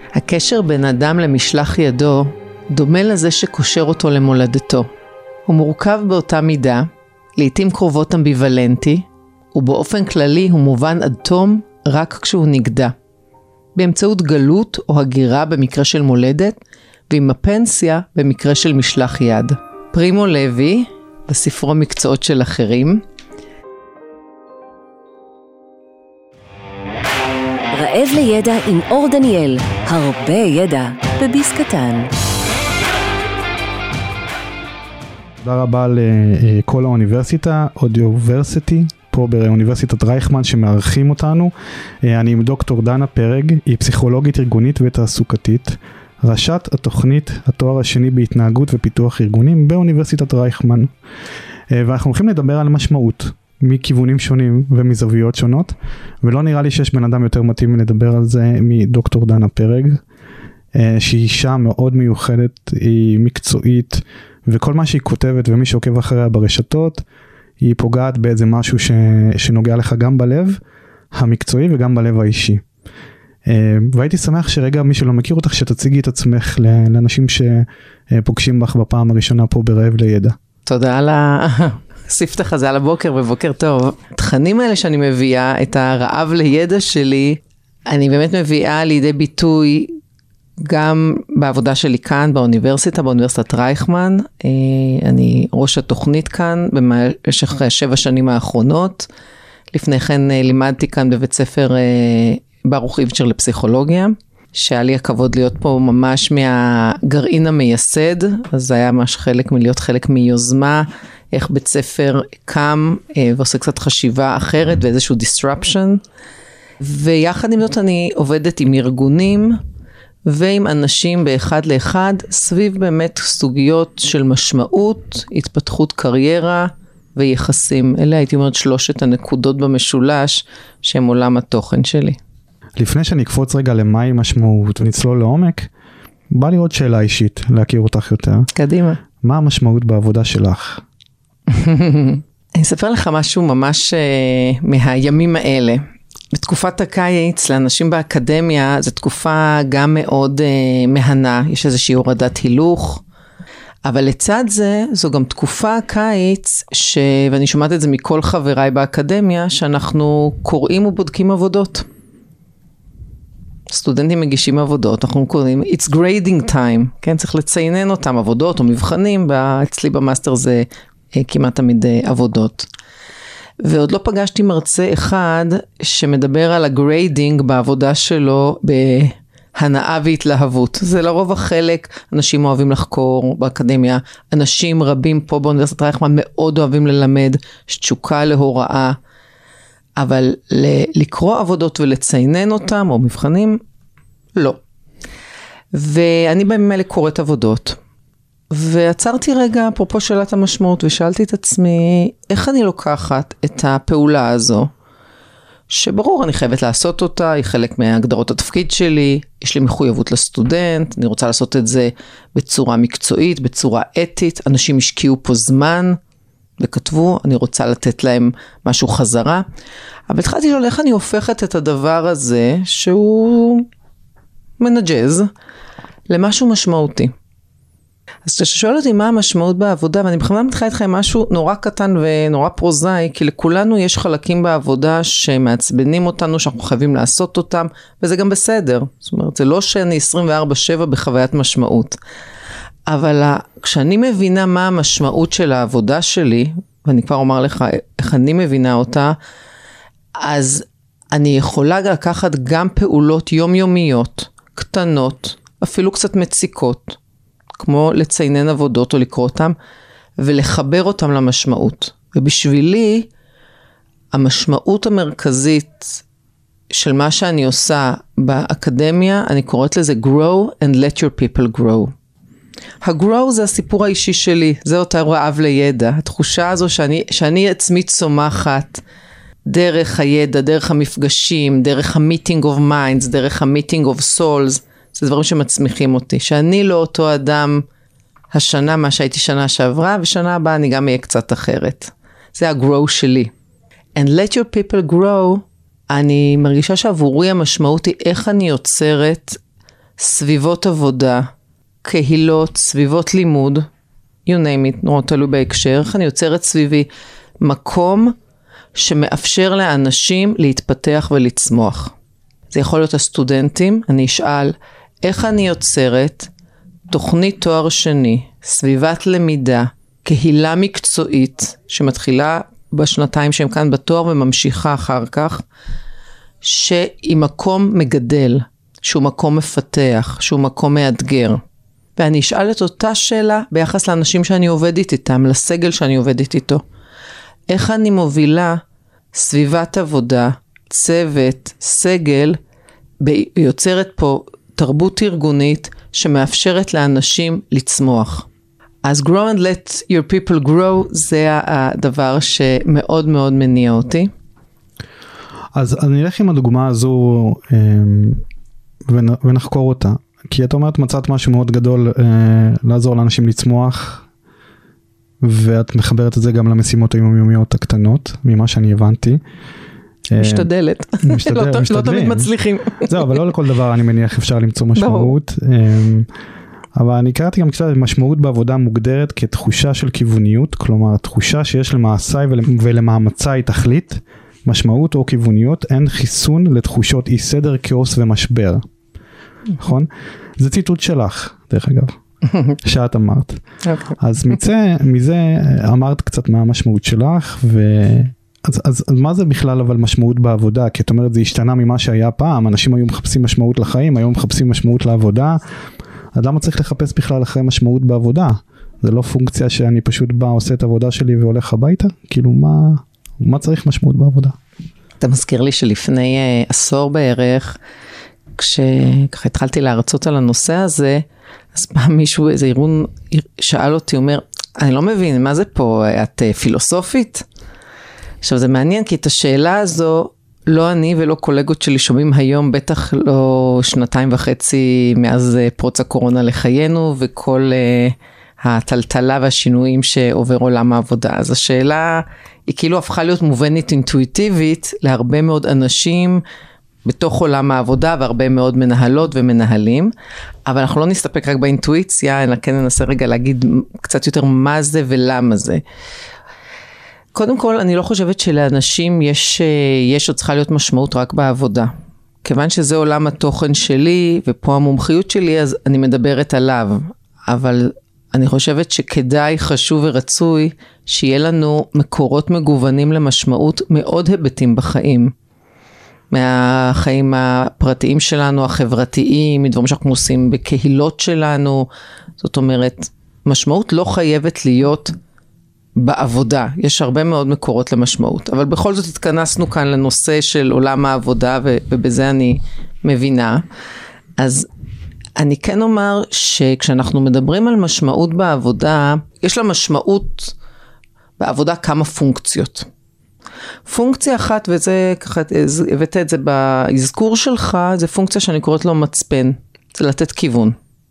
הקשר בין אדם למשלח ידו דומה לזה שקושר אותו למולדתו. הוא מורכב באותה מידה, לעתים קרובות אמביוולנטי, ובאופן כללי הוא מובן עד תום רק כשהוא נגדע. באמצעות גלות או הגירה במקרה של מולדת, ועם הפנסיה במקרה של משלח יד. פרימו לוי, בספרו מקצועות של אחרים. רעב לידע עם אור דניאל, הרבה ידע בביס קטן. תודה רבה לכל האוניברסיטה, אודיוורסיטי, פה באוניברסיטת רייכמן שמארחים אותנו. אני עם דוקטור דנה פרג, היא פסיכולוגית ארגונית ותעסוקתית, ראשת התוכנית התואר השני בהתנהגות ופיתוח ארגונים באוניברסיטת רייכמן. ואנחנו הולכים לדבר על משמעות מכיוונים שונים ומזוויות שונות, ולא נראה לי שיש בן אדם יותר מתאים לדבר על זה מדוקטור דנה פרג, שהיא אישה מאוד מיוחדת, היא מקצועית, וכל מה שהיא כותבת ומי שעוקב אחריה ברשתות, היא פוגעת באיזה משהו שנוגע לך גם בלב המקצועי וגם בלב האישי. והייתי שמח שרגע מי שלא מכיר אותך, שתציגי את עצמך לאנשים שפוגשים בך בפעם הראשונה פה ברעב לידע. תודה על הספתח הזה על הבוקר ובוקר טוב. התכנים האלה שאני מביאה, את הרעב לידע שלי, אני באמת מביאה לידי ביטוי גם בעבודה שלי כאן באוניברסיטת רייכמן. אני ראש התוכנית כאן במשך 7 שנים האחרונות. לפני כן לימדתי כאן בבית ספר ברוך איבצ'ר לפסיכולוגיה, שהיה לי הכבוד להיות פה ממש מהגרעין המייסד, אז זה היה ממש להיות חלק מיוזמה, איך בית ספר קם ועושה קצת חשיבה אחרת ואיזשהו disruption, ויחד עם זאת אני עובדת עם ארגונים ועם אנשים באחד לאחד, סביב באמת סוגיות של משמעות, התפתחות קריירה ויחסים. אלה הייתי אומרת 3 הנקודות במשולש שהם עולם התוכן שלי. לפני שאני אקפוץ רגע למהי משמעות ונצלול לעומק, בא לי עוד שאלה אישית להכיר אותך יותר. קדימה. מה המשמעות בעבודה שלך? אני אספר לך משהו ממש מהימים האלה. בתקופת הקיץ, לאנשים באקדמיה, זו תקופה גם מאוד מהנה, יש איזושהי הורדת הילוך, אבל לצד זה, זו גם תקופה הקיץ, ואני שומעת את זה מכל חבריי באקדמיה, שאנחנו קוראים ובודקים עבודות. סטודנטים מגישים עבודות, אנחנו קוראים, it's grading time, כן, צריך לציינן אותם, עבודות או מבחנים, אצלי במאסטר זה כמעט תמיד עבודות. ועוד לא פגשתי מרצה אחד שמדבר על הגריידינג בעבודה שלו בהנאה והתלהבות. זה לרוב החלק, אנשים אוהבים לחקור באקדמיה, אנשים רבים פה באוניברסיטת רייכמן מאוד אוהבים ללמד, יש תשוקה להוראה, אבל לקרוא עבודות ולציינן אותם או מבחנים, לא. ואני במילא קוראת עבודות. ועצרתי רגע אפרופו שאלת המשמעות ושאלתי את עצמי איך אני לוקחת את הפעולה הזו, שברור אני חייבת לעשות אותה, היא חלק מהגדרות התפקיד שלי, יש לי מחויבות לסטודנט, אני רוצה לעשות את זה בצורה מקצועית, בצורה אתית, אנשים השקיעו פה זמן וכתבו, אני רוצה לתת להם משהו חזרה, אבל התחלתי לשאול איך אני הופכת את הדבר הזה שהוא מנג'ז למשהו משמעותי. אז כשאתה שואל אותי מה המשמעות בעבודה, ואני בכלל מתחילה איתך עם משהו נורא קטן ונורא פרוזאי, כי לכולנו יש חלקים בעבודה שמעצבנים אותנו, שאנחנו חייבים לעשות אותם, וזה גם בסדר. זאת אומרת, זה לא שאני 24/7 בחוויית משמעות. אבל כשאני מבינה מה המשמעות של העבודה שלי, ואני כבר אומר לך איך אני מבינה אותה, אז אני יכולה לקחת גם פעולות יומיומיות, קטנות, אפילו קצת מציקות, כמו לציינן עבודות או לקרוא אותם, ולחבר אותם למשמעות. ובשבילי, המשמעות המרכזית של מה שאני עושה באקדמיה, אני קוראת לזה grow and let your people grow. ה-grow זה הסיפור האישי שלי, זה אותה רעב לידע, התחושה הזו שאני עצמי צומחת, דרך הידע, דרך המפגשים, דרך ה-meeting of minds, דרך ה-meeting of souls, זה דברים שמצמיחים אותי, שאני לא אותו אדם השנה מה שהייתי שנה שעברה, ושנה הבאה אני גם אהיה קצת אחרת. זה ה-grow שלי. And let your people grow, אני מרגישה שעבורי המשמעות היא איך אני יוצרת סביבות עבודה, קהילות, סביבות לימוד, you name it, נורא תלוי בהקשר, איך אני יוצרת סביבי מקום שמאפשר לאנשים להתפתח ולצמוח. זה יכול להיות הסטודנטים, אני אשאל, איך אני יוצרת תוכנית תואר שני, סביבת למידה, קהילה מקצועית, שמתחילה בשנתיים שהם כאן בתואר וממשיכה אחר כך, שהיא מקום מגדל, שהוא מקום מפתח, שהוא מקום מאתגר. ואני אשאל את אותה שאלה ביחס לאנשים שאני עובדת איתם, לסגל שאני עובדת איתו. איך אני מובילה סביבת עבודה, צוות, סגל, ויוצרת פה תרבות ארגונית שמאפשרת לאנשים לצמוח. אז grow and let your people grow זה הדבר שמאוד מאוד מניע אותי. אז אני אלך עם הדוגמה הזו ונחקור אותה. כי את אומרת מצאת משהו מאוד גדול לעזור לאנשים לצמוח, ואת מחברת את זה גם למשימות היומיומיות הקטנות, ממה שאני הבנתי. משתדלת. לא תמיד מצליחים. זהו, אבל לא לכל דבר אני מניח אפשר למצוא משמעות. אבל אני קראתי גם קצת משמעות בעבודה מוגדרת כתחושה של כיווניות, כלומר תחושה שיש למעשיי ולמאמציי תכלית, משמעות או כיווניות, אין חיסון לתחושות אי סדר, כאוס ומשבר. נכון? זה ציטוט שלך, דרך אגב, שאת אמרת. אז מזה אמרת קצת מה המשמעות שלך, אז מה זה בכלל אבל משמעות בעבודה? כי את אומרת, זה השתנה ממה שהיה פעם, אנשים היו מחפשים משמעות לחיים, היום מחפשים משמעות לעבודה, אז למה צריך לחפש בכלל אחרי משמעות בעבודה? זה לא פונקציה שאני פשוט בא, עושה את העבודה שלי והולך הביתה? כאילו מה צריך משמעות בעבודה? אתה מזכיר לי שלפני עשור בערך, כשככה התחלתי להרצות על הנושא הזה, אז פעם מישהו, איזה ארגון שאל אותי, אומר, אני לא מבין, מה זה פה, את פילוסופית? עכשיו זה מעניין, כי את השאלה הזו, לא אני ולא קולגות שלי שומעים היום, בטח לא 2.5 מאז פרוץ הקורונה לחיינו, וכל הטלטלה והשינויים שעובר עולם העבודה. אז השאלה היא כאילו הפכה להיות מובנת אינטואיטיבית, להרבה מאוד אנשים, בתוך עולם העבודה, והרבה מאוד מנהלות ומנהלים, אבל אנחנו לא נסתפק רק באינטואיציה, אלא כן ננסה רגע להגיד קצת יותר מה זה ולמה זה. קודם כל, אני לא חושבת שלאנשים יש עוד צריכה להיות משמעות רק בעבודה. כיוון שזה עולם התוכן שלי, ופה המומחיות שלי, אז אני מדברת עליו. אבל אני חושבת שכדאי, חשוב ורצוי, שיהיה לנו מקורות מגוונים למשמעות מאוד היבטים בחיים. מהחיים הפרטיים שלנו, החברתיים, מדברים שאנחנו עושים בקהילות שלנו. זאת אומרת, משמעות לא חייבת להיות בעבודה. יש הרבה מאוד מקורות למשמעות. אבל בכל זאת התכנסנו כאן לנושא של עולם העבודה, ובזה אני מבינה. אז אני כן אומר שכשאנחנו מדברים על משמעות בעבודה, יש לה משמעות בעבודה כמה פונקציות. פונקציה אחת, וזה ככה, הבאת את זה בהזכור שלך, זה פונקציה שאני קוראת לו מצפן. זה לתת כיוון.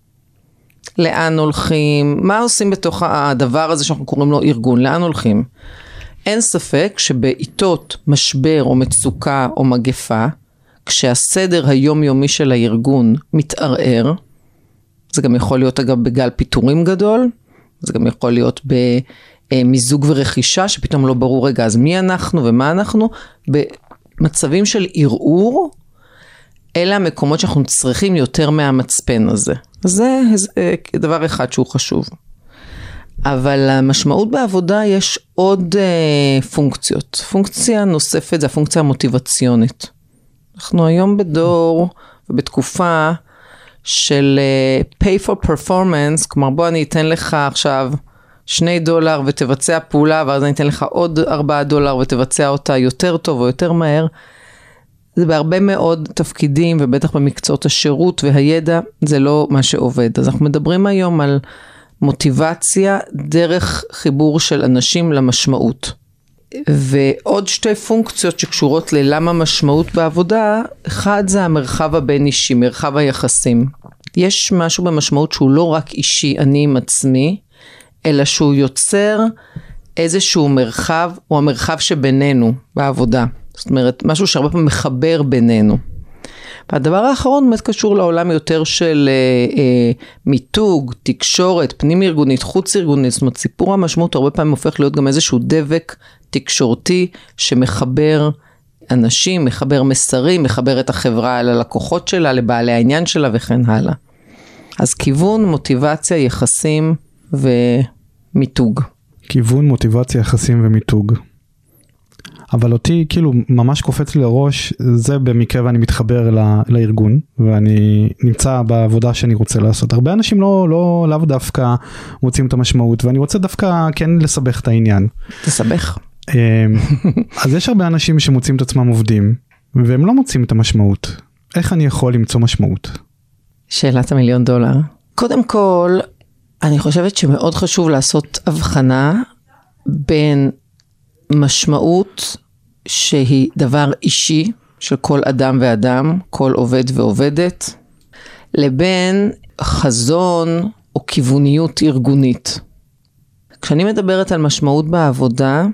לאן הולכים? מה עושים בתוך הדבר הזה שאנחנו קוראים לו ארגון? לאן הולכים? אין ספק שבעיתות משבר או מצוקה או מגפה, כשהסדר היומיומי של הארגון מתערער, זה גם יכול להיות אגב בגל פיטורים גדול, זה גם יכול להיות במיזוג ורכישה, שפתאום לא ברור רגע, אז מי אנחנו ומה אנחנו, במצבים של ערעור, אלה המקומות שאנחנו צריכים יותר מהמצפן הזה. זה דבר אחד שהוא חשוב. אבל המשמעות בעבודה יש עוד פונקציות. פונקציה נוספת זה הפונקציה המוטיבציונית. אנחנו היום בדור ובתקופה של pay for performance, כלומר בוא אני אתן לך עכשיו $2 ותבצע פעולה, ואז אני אתן לך עוד $4 ותבצע אותה יותר טוב או יותר מהר. זה בהרבה מאוד תפקידים, ובטח במקצועות השירות והידע, זה לא מה שעובד. אז אנחנו מדברים היום על מוטיבציה דרך חיבור של אנשים למשמעות. ועוד שתי פונקציות שקשורות ללמה משמעות בעבודה, אחד זה המרחב הבין אישי, מרחב היחסים. יש משהו במשמעות שהוא לא רק אישי, אני עם עצמי, אלא שהוא יוצר איזשהו מרחב, או המרחב שבינינו בעבודה. זאת אומרת, משהו שהרבה פעמים מחבר בינינו. והדבר האחרון באמת קשור לעולם יותר של מיתוג, תקשורת, פנים ארגונית, חוץ ארגונית, זאת אומרת סיפור המשמעות הרבה פעמים הופך להיות גם איזשהו דבק תקשורתי שמחבר אנשים, מחבר מסרים, מחבר את החברה ללקוחות שלה, לבעלי העניין שלה וכן הלאה. אז כיוון, מוטיבציה, יחסים ומיתוג. כיוון, מוטיבציה, יחסים ומיתוג. אבל אותי כאילו ממש קופץ לי לראש, זה במקרה ואני מתחבר לארגון, ואני נמצא בעבודה שאני רוצה לעשות. הרבה אנשים לאו דווקא מוצאים את המשמעות, ואני רוצה דווקא כן לסבך את העניין. תסבך. אז יש הרבה אנשים שמוצאים את עצמם עובדים, והם לא מוצאים את המשמעות. איך אני יכול למצוא משמעות? שאלת $1,000,000. קודם כל, אני חושבת שמאוד חשוב לעשות הבחנה בין משמעות שהיא דבר אישי של כל אדם ואדם, כל עובד ועובדת, לבין חזון או כיווניות ארגונית. כשאני מדברת על משמעות בעבודה,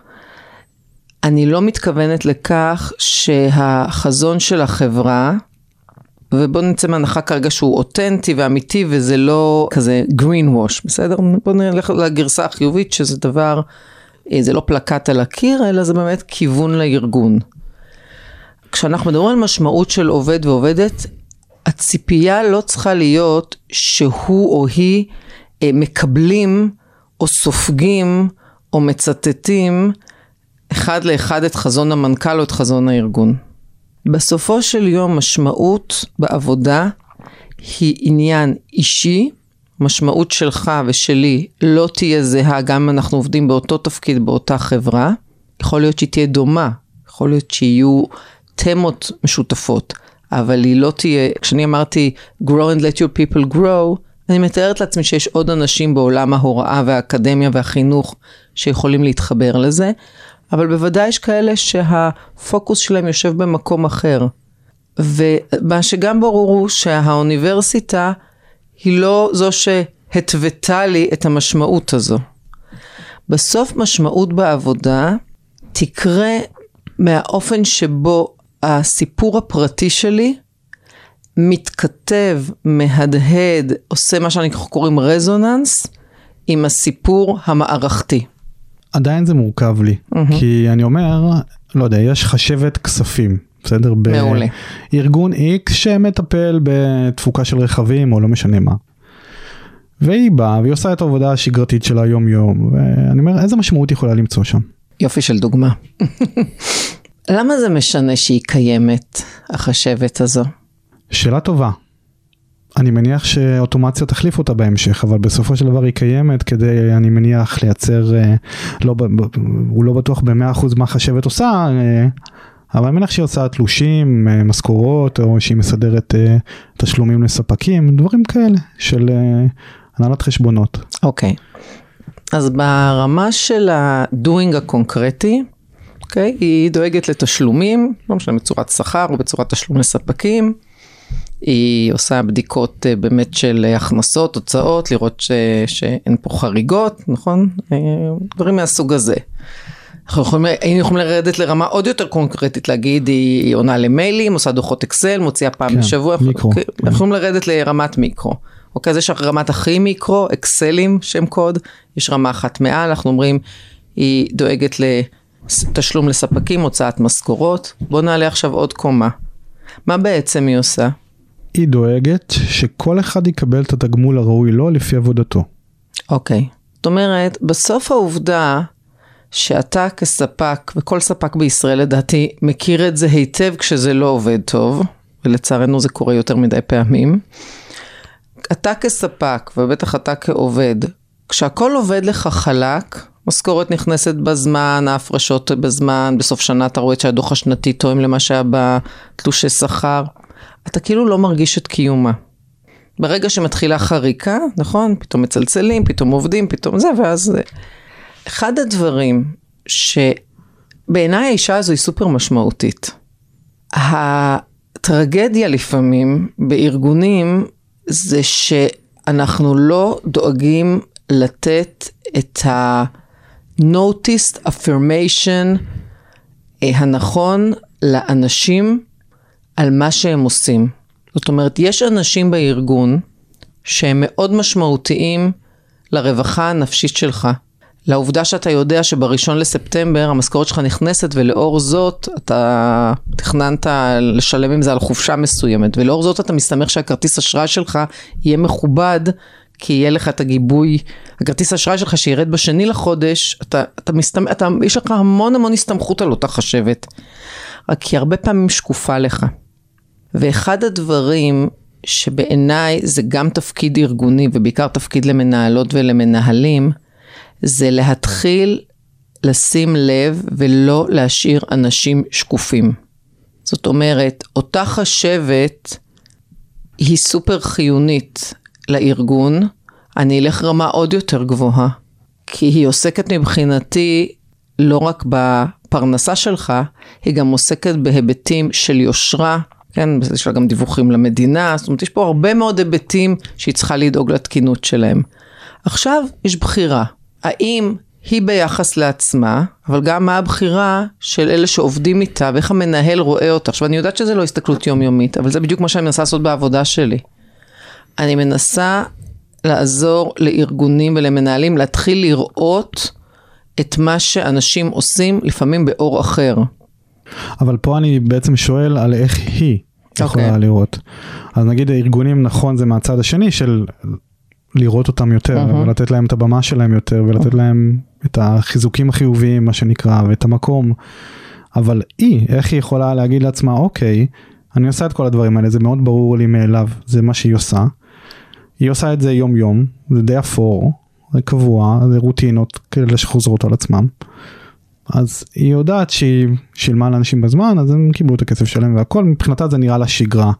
אני לא מתכוונת לכך שהחזון של החברה, ובוא נצא מהנחה כרגע שהוא אותנטי ואמיתי, וזה לא כזה green wash, בסדר? בוא נלך לגרסה החיובית, שזה דבר, זה לא פלקט על הקיר, אלא זה באמת כיוון לארגון. כשאנחנו מדברים על משמעות של עובד ועובדת, הציפייה לא צריכה להיות שהוא או היא מקבלים או סופגים או מצטטים אחד לאחד את חזון המנכ"ל או את חזון הארגון. בסופו של יום משמעות בעבודה היא עניין אישי, משמעות שלך ושלי לא תהיה זהה גם אם אנחנו עובדים באותו תפקיד באותה חברה, יכול להיות שהיא תהיה דומה, יכול להיות שיהיו תמות משותפות, אבל היא לא תהיה, כשאני אמרתי grow and let your people grow, אני מתארת לעצמי שיש עוד אנשים בעולם ההוראה והאקדמיה והחינוך שיכולים להתחבר לזה, אבל בוודאי יש כאלה שהפוקוס שלהם יושב במקום אחר. ומה שגם ברור הוא שהאוניברסיטה היא לא זו שהתוותה לי את המשמעות הזו. בסוף משמעות בעבודה תקרה מהאופן שבו הסיפור הפרטי שלי מתכתב, מהדהד, עושה מה שאנחנו קוראים רזוננס, עם הסיפור המערכתי. עדיין זה מורכב לי, כי אני אומר, לא יודע, יש חשבת כספים, בסדר? מעולה. בארגון X שמטפל בתפוקה של רכבים, או לא משנה מה. והיא באה, והיא עושה את העבודה השגרתית שלה יום-יום, ואני אומר, איזה משמעות יכולה למצוא שם? יופי של דוגמה. למה זה משנה שהיא קיימת, החשבת הזו? שאלה טובה. אני מניח שאוטומציה תחליף אותה בהמשך, אבל בסופו של דבר היא קיימת כדי, אני מניח, לייצר, הוא לא בטוח ב100% מה חשבת עושה, אבל אני מניח שהיא עושה תלושים, משכורות, או שהיא מסדרת תשלומים לספקים, דברים כאלה של הנהלת חשבונות. אוקיי. אז ברמה של ה-doing הקונקרטי, אוקיי, היא דואגת לתשלומים, לא משנה בצורת שכר או בצורת תשלום לספקים, היא עושה בדיקות באמת של הכנסות, הוצאות, לראות שאין פה חריגות, נכון? דברים מהסוג הזה. היינו יכולים לרדת לרמה עוד יותר קונקרטית, להגיד, היא עונה למיילים, עושה דוחות אקסל, מוציאה פעם בשבוע. מיקרו. אנחנו יכולים לרדת לרמת מיקרו. אוקיי, אז יש רמת הכי מיקרו, אקסלים, שם קוד, יש רמה אחת מעל, אנחנו אומרים, היא דואגת לתשלום לספקים, הוצאת משכורות. בוא נעלה עכשיו עוד קומה. מה בעצם היא עושה? היא דואגת שכל אחד יקבל את התגמול הראוי לו לפי עבודתו. אוקיי. זאת אומרת, בסוף העובדה שאתה כספק, וכל ספק בישראל לדעתי מכיר את זה היטב כשזה לא עובד טוב, ולצערנו זה קורה יותר מדי פעמים. אתה כספק, ובטח אתה כעובד, כשהכל עובד לך חלק, משכורת נכנסת בזמן, ההפרשות בזמן, בסוף שנה אתה רואה שהדוח השנתי תואם למה שהיה בתלושי שכר, אתה כאילו לא מרגיש את קיומה. ברגע שמתחילה חריקה, נכון? פתאום מצלצלים, פתאום עובדים, פתאום זה, ואז אחד הדברים שבעיניי האישה הזו היא סופר משמעותית. הטרגדיה לפעמים בארגונים זה שאנחנו לא דואגים לתת את ה-noticed affirmation הנכון לאנשים על מה שהם עושים. זאת אומרת, יש אנשים בארגון שהם מאוד משמעותיים לרווחה הנפשית שלך. לעובדה שאתה יודע שב1 לספטמבר המשכורת שלך נכנסת, ולאור זאת אתה תכננת לשלם עם זה על חופשה מסוימת, ולאור זאת אתה מסתמך שהכרטיס אשראי שלך יהיה מכובד, כי יהיה לך את הגיבוי, הכרטיס אשראי שלך שירד ב2 לחודש, יש לך המון הסתמכות על אותה חשבת, רק כי הרבה פעמים שקופה לך. ואחד הדברים שבעיניי זה גם תפקיד ארגוני, ובעיקר תפקיד למנהלות ולמנהלים, זה להתחיל לשים לב ולא להשאיר אנשים שקופים. זאת אומרת, אותה חשבת היא סופר חיונית לארגון, אני אלך רמה עוד יותר גבוהה, כי היא עוסקת מבחינתי לא רק בפרנסה שלך, היא גם עוסקת בהיבטים של יושרה, כן, יש לה גם דיווחים למדינה, זאת אומרת, יש פה הרבה מאוד היבטים שהיא צריכה לדאוג לתקינות שלהם. עכשיו יש בחירה, האם היא ביחס לעצמה, אבל גם מה הבחירה של אלה שעובדים איתה, ואיך המנהל רואה אותה. עכשיו אני יודעת שזה לא הסתכלות יומיומית, אבל זה בדיוק מה שאני מנסה לעשות בעבודה שלי. אני מנסה לעזור לארגונים ולמנהלים, להתחיל לראות את מה שאנשים עושים, לפעמים באור אחר. אבל פה אני בעצם שואל על איך היא יכולה לראות. אז נגיד הארגונים, נכון, זה מהצד השני של לראות אותם יותר, ולתת להם את הבמה שלהם יותר, ולתת להם את החיזוקים החיוביים, מה שנקרא, ואת המקום. אבל איך היא יכולה להגיד לעצמה, אוקיי, אני עושה את כל הדברים האלה, זה מאוד ברור לי מאליו, זה מה שהיא עושה. היא עושה את זה יום יום, זה די אפור, זה קבוע, זה רוטינות כאלה שחוזרות על עצמם. אז היא יודעת שהיא שילמה לאנשים בזמן, אז הם קיבלו את הכסף שלהם והכל, מבחינתה זה נראה לה שגרה.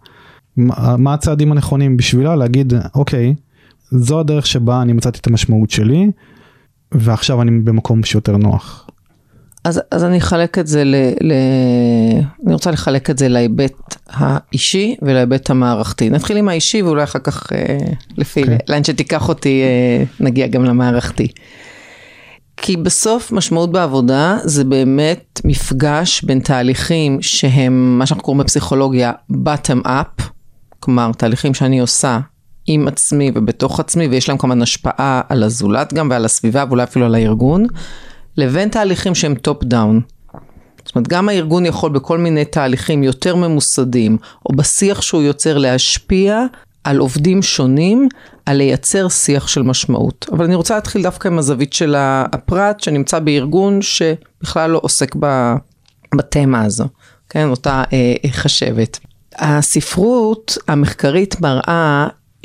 מה הצעדים הנכונים בשבילה להגיד, אוקיי, זו הדרך שבה אני מצאתי את המשמעות שלי, ועכשיו אני במקום שיותר נוח. אז אני אחלק את זה אני רוצה לחלק את זה להיבט האישי ולהיבט המערכתי. נתחיל עם האישי ואולי אחר כך לפי לאן שתיקח אותי נגיע גם למערכתי. כי בסוף משמעות בעבודה זה באמת מפגש בין תהליכים שהם מה שאנחנו קוראים בפסיכולוגיה bottom up, כלומר תהליכים שאני עושה עם עצמי ובתוך עצמי ויש להם כמובן השפעה על הזולת גם ועל הסביבה ואולי אפילו על הארגון, לבין תהליכים שהם טופ דאון. זאת אומרת, גם הארגון יכול בכל מיני תהליכים יותר ממוסדים, או בשיח שהוא יוצר להשפיע על עובדים שונים, על לייצר שיח של משמעות. אבל אני רוצה להתחיל דווקא עם הזווית של הפרט, שנמצא בארגון שבכלל לא עוסק בתמה הזו. כן, אותה חשבת. הספרות המחקרית מראה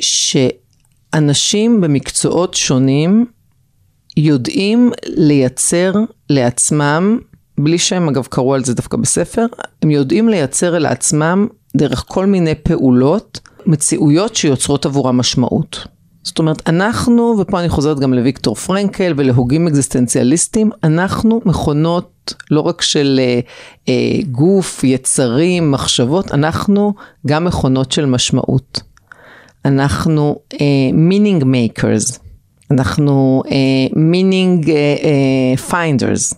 שאנשים במקצועות שונים, יודעים לייצר לעצמם, בלי שהם אגב קראו על זה דווקא בספר, הם יודעים לייצר לעצמם דרך כל מיני פעולות, מציאויות שיוצרות עבורה משמעות. זאת אומרת, אנחנו, ופה אני חוזרת גם לוויקטור פרנקל ולהוגים אקזיסטנציאליסטים, אנחנו מכונות לא רק של גוף, יצרים, מחשבות, אנחנו גם מכונות של משמעות. אנחנו meaning makers. אנחנו meaning finders.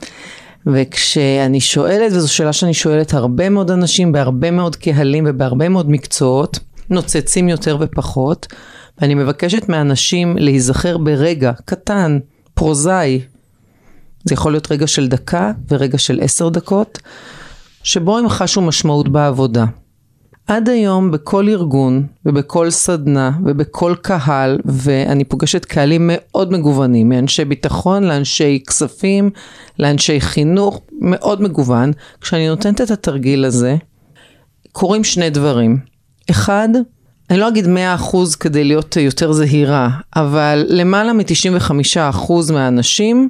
וכשאני שואלת, וזו שאלה שאני שואלת הרבה מאוד אנשים, בהרבה מאוד קהלים ובהרבה מאוד מקצועות, נוצצים יותר ופחות, ואני מבקשת מאנשים להיזכר ברגע קטן, פרוזאי, זה יכול להיות רגע של דקה ורגע של 10 דקות, שבו הם חשו משמעות בעבודה. עד היום בכל ארגון ובכל סדנה ובכל קהל, ואני פוגשת קהלים מאוד מגוונים, מאנשי ביטחון לאנשי כספים, לאנשי חינוך, מאוד מגוון. כשאני נותנת את התרגיל הזה, קורים שני דברים. אחד, אני לא אגיד 100% כדי להיות יותר זהירה, אבל למעלה מ-95% מהאנשים,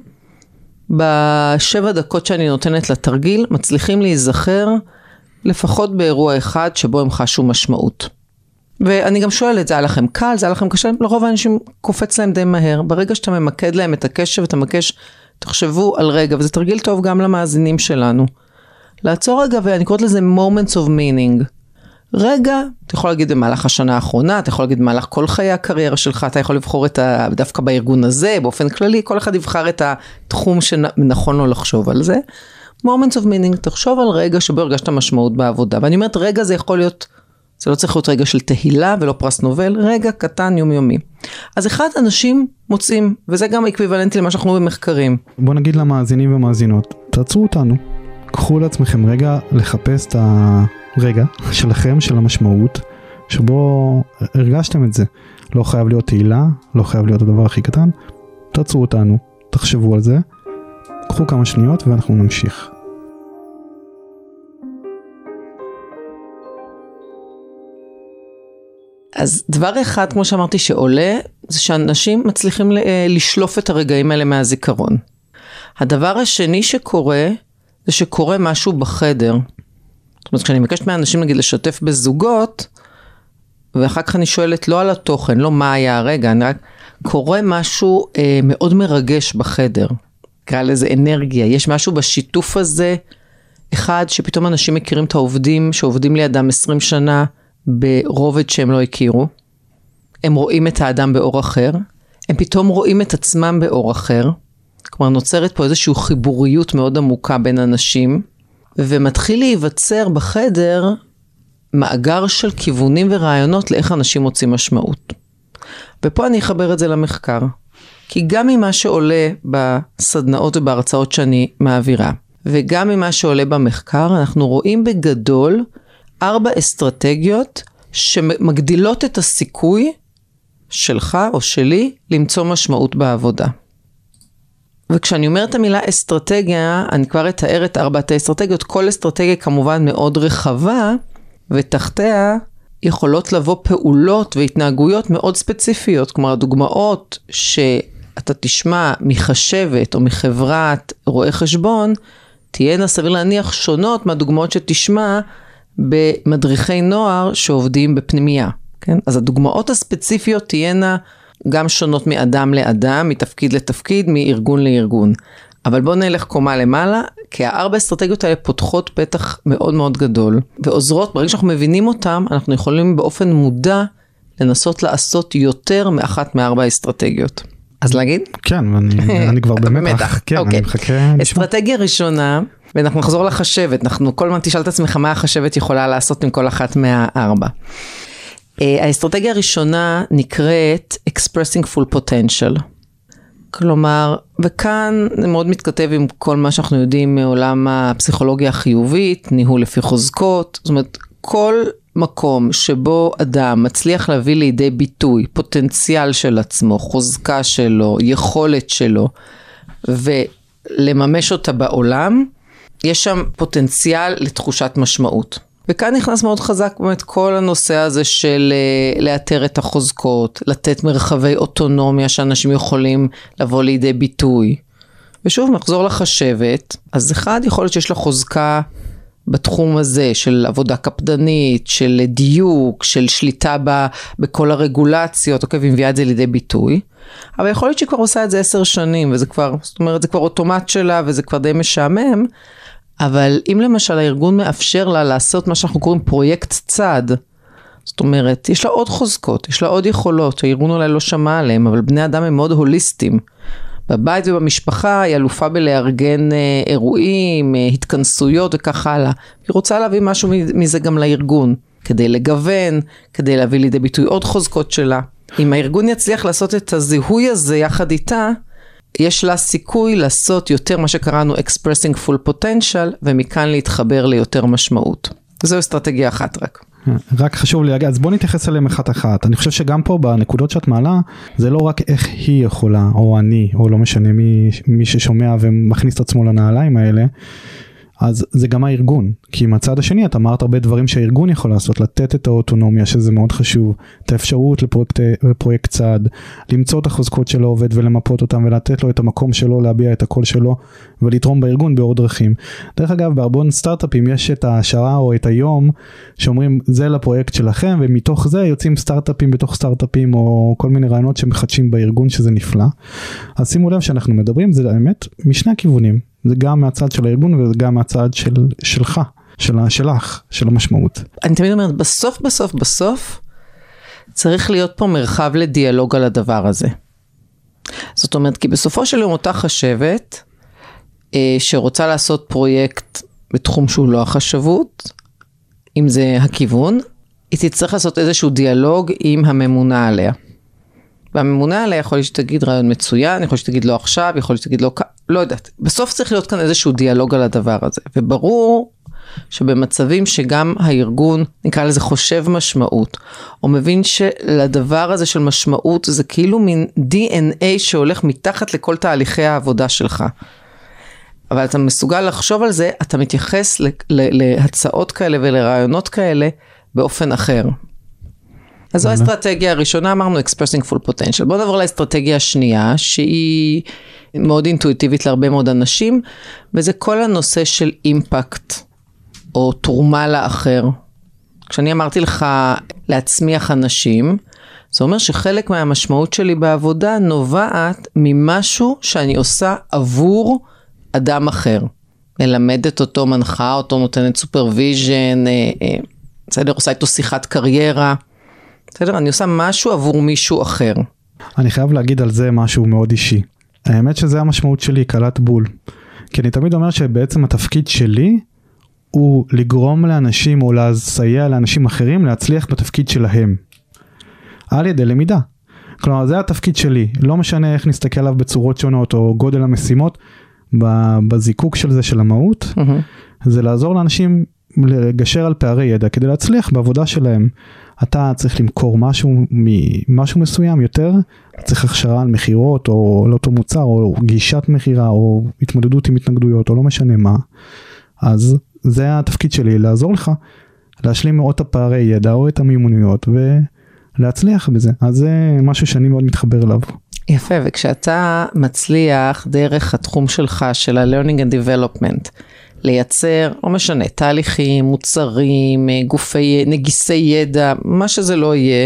ב7 דקות שאני נותנת לתרגיל, מצליחים להיזכר לפחות באירוע אחד שבו הם חשו משמעות. ואני גם שואלת, זה היה לכם קל, זה היה לכם קשה? לרוב האנשים קופץ להם די מהר. ברגע שאתה ממקד להם את הקשב, אתה מבקש, תחשבו על רגע, וזה תרגיל טוב גם למאזינים שלנו. לעצור רגע, ואני קוראת לזה moments of meaning. רגע, אתה יכול להגיד במהלך השנה האחרונה, אתה יכול להגיד במהלך כל חיי הקריירה שלך, אתה יכול לבחור דווקא בארגון הזה, באופן כללי, כל אחד יבחר את התחום שנכון לו לחשוב על זה. moments of meaning, תחשוב על רגע שבו הרגשת משמעות בעבודה, ואני אומרת רגע זה יכול להיות, זה לא צריך להיות רגע של תהילה ולא פרס נובל, רגע קטן יומיומי. אז אחד אנשים מוצאים, וזה גם אקוויוולנטי למה שאנחנו במחקרים. בוא נגיד למאזינים ומאזינות, תעצרו אותנו, קחו לעצמכם רגע לחפש את הרגע שלכם, של המשמעות, שבו הרגשתם את זה. לא חייב להיות תהילה, לא חייב להיות הדבר הכי קטן, תעצרו אותנו, תחשבו על זה, קחו כמה שניות ואנחנו נמשיך. אז דבר אחד, כמו שאמרתי, שעולה, זה שאנשים מצליחים לשלוף את הרגעים האלה מהזיכרון. הדבר השני שקורה, זה שקורה משהו בחדר. זאת אומרת, כשאני מבקשת מהאנשים, נגיד, לשתף בזוגות, ואחר כך אני שואלת לא על התוכן, לא מה היה הרגע, אני רק קורה משהו מאוד מרגש בחדר. קרא לזה אנרגיה. יש משהו בשיתוף הזה, אחד, שפתאום אנשים מכירים את העובדים, שעובדים לידם 20 שנה, ברובד שהם לא הכירו. הם רואים את האדם באור אחר. הם פתאום רואים את עצמם באור אחר. כלומר, נוצרת פה איזושהי חיבוריות מאוד עמוקה בין אנשים, ומתחיל להיווצר בחדר מאגר של כיוונים ורעיונות לאיך אנשים מוצאים משמעות. ופה אני אחבר את זה למחקר. כי גם ממה שעולה בסדנאות ובהרצאות שאני מעבירה, וגם ממה שעולה במחקר, אנחנו רואים בגדול 4 אסטרטגיות שמגדילות את הסיכוי שלך או שלי למצוא משמעות בעבודה. וכשאני אומרת את המילה אסטרטגיה, אני כבר אתאר את 4 האסטרטגיות. כל אסטרטגיה כמובן מאוד רחבה, ותחתיה יכולות לבוא פעולות והתנהגויות מאוד ספציפיות. כלומר, הדוגמאות שאתה תשמע מחשבת או מחברת רואה חשבון, תהיינה סביר להניח שונות מהדוגמאות שתשמע במדריכי נוער שעובדים בפנימייה. כן? אז הדוגמאות הספציפיות תהיינה גם שונות מאדם לאדם, מתפקיד לתפקיד, מארגון לארגון. אבל בואו נלך קומה למעלה, כי 4 אסטרטגיות האלה פותחות פתח מאוד מאוד גדול, ועוזרות, ברגע שאנחנו מבינים אותם, אנחנו יכולים באופן מודע לנסות לעשות יותר מאחת מ4 האסטרטגיות. אז להגיד? כן, אני כבר במתח. כן, אני מחכה. אסטרטגיה ראשונה, ואנחנו נחזור לחשבת, כל הזמן תשאל את עצמך מה החשבת יכולה לעשות עם כל אחת מה4. האסטרטגיה הראשונה נקראת Expressing Full Potential. כלומר, וכאן זה מאוד מתכתב עם כל מה שאנחנו יודעים מעולם הפסיכולוגיה החיובית, ניהול לפי חוזקות. זאת אומרת, כל מקום שבו אדם מצליח להביא לידי ביטוי פוטנציאל של עצמו, חוזקה שלו, יכולת שלו, ולממש אותה בעולם, יש שם פוטנציאל לתחושת משמעות. וכאן נכנס מאוד חזק באמת כל הנושא הזה של לאתר את החוזקות, לתת מרחבי אוטונומיה שאנשים יכולים לבוא לידי ביטוי. ושוב, נחזור לחשבת, אז אחד יכול להיות שיש לה חוזקה בתחום הזה של עבודה קפדנית, של דיוק, של שליטה בכל הרגולציות, אוקיי, והיא מביאה את זה לידי ביטוי. אבל יכול להיות שהיא כבר עושה את זה 10 שנים, וזה כבר, זאת אומרת, זה כבר אוטומט שלה, וזה כבר די משעמם. אבל אם למשל הארגון מאפשר לה לעשות מה שאנחנו קוראים פרויקט צד, זאת אומרת, יש לה עוד חוזקות, יש לה עוד יכולות, הארגון אולי לא שמע עליהם, אבל בני אדם הם מאוד הוליסטיים. בבית ובמשפחה היא אלופה בלארגן אירועים, התכנסויות וכך הלאה. היא רוצה להביא משהו מזה גם לארגון, כדי לגוון, כדי להביא לידי ביטוי עוד חוזקות שלה. אם הארגון יצליח לעשות את הזיהוי הזה יחד איתה, יש לה סיכוי לעשות יותר מה שקראנו expressing full potential, ומכאן להתחבר ליותר משמעות. זו אסטרטגיה אחת רק. רק חשוב לי להגיד, אז בוא נתייחס אליהם אחת. אני חושב שגם פה בנקודות שאת מעלה, זה לא רק איך היא יכולה, או אני, או לא משנה מי ששומע ומכניס את עצמו לנעליים האלה, אז זה גם הארגון, כי מהצד השני אתה אמרת הרבה דברים שהארגון יכול לעשות, לתת את האוטונומיה, שזה מאוד חשוב, את האפשרות לפרויקט צעד, למצוא את החוזקות של העובד ולמפות אותם, ולתת לו את המקום שלו, להביע את הקול שלו, ולתרום בארגון בעוד דרכים. דרך אגב, בהרבה סטארט-אפים יש את השעה או את היום, שאומרים זה לפרויקט שלכם, ומתוך זה יוצאים סטארט-אפים בתוך סטארט-אפים, או כל מיני רעיונות שמחדשים בארגון, שזה נפלא. אז שימו לב שאנחנו מדברים, זה האמת, משני הכיוונים. זה גם מהצד של הארגון וזה גם מהצד שלך, שלך, של המשמעות. אני תמיד אומרת, בסוף, צריך להיות פה מרחב לדיאלוג על הדבר הזה. זאת אומרת, כי בסופו של יום אותה חשבת, שרוצה לעשות פרויקט בתחום שהוא לא החשבות, אם זה הכיוון, היא תצטרך לעשות איזשהו דיאלוג עם הממונה עליה. והממונה עליה יכול להיות שתגיד רעיון מצוין, יכול להיות שתגיד לא עכשיו, יכול להיות שתגיד לא יודעת. בסוף צריך להיות כאן איזשהו דיאלוג על הדבר הזה. וברור שבמצבים שגם הארגון, נקרא לזה חושב משמעות, או מבין שלדבר הזה של משמעות, זה כאילו מין DNA שהולך מתחת לכל תהליכי העבודה שלך. אבל אתה מסוגל לחשוב על זה, אתה מתייחס להצעות כאלה ולרעיונות כאלה באופן אחר. אז זו האסטרטגיה הראשונה, אמרנו expressing full potential. בואו נעבור לאסטרטגיה השנייה, שהיא מאוד אינטואיטיבית להרבה מאוד אנשים, וזה כל הנושא של אימפקט, או תרומה לאחר. כשאני אמרתי לך להצמיח אנשים, זה אומר שחלק מהמשמעות שלי בעבודה נובעת ממשהו שאני עושה עבור אדם אחר. מלמדת אותו, מנחה אותו, נותנת סופרוויז'ן, בסדר, עושה איתו שיחת קריירה. בסדר, אני עושה משהו עבור מישהו אחר. אני חייב להגיד על זה משהו מאוד אישי. האמת שזה המשמעות שלי, קלת בול. כי אני תמיד אומר שבעצם התפקיד שלי הוא לגרום לאנשים או לסייע לאנשים אחרים להצליח בתפקיד שלהם. על ידי למידה. כלומר, זה התפקיד שלי. לא משנה איך נסתכל עליו בצורות שונות או גודל המשימות, בזיקוק של זה של המהות, זה לעזור לאנשים לגשר על פערי ידע כדי להצליח בעבודה שלהם. אתה צריך למכור משהו מסוים יותר, צריך הכשרה על מחירות או על אותו מוצר או גישת מחירה או התמודדות עם התנגדויות או לא משנה מה. אז זה התפקיד שלי, לעזור לך להשלים מאוד הפערי ידע או את המיומנויות ולהצליח בזה. אז זה משהו שאני מאוד מתחבר אליו. יפה, וכשאתה מצליח דרך התחום שלך של ה-learning and development, לייצר, לא משנה, תהליכים, מוצרים, גופי, נגיסי ידע, מה שזה לא יהיה,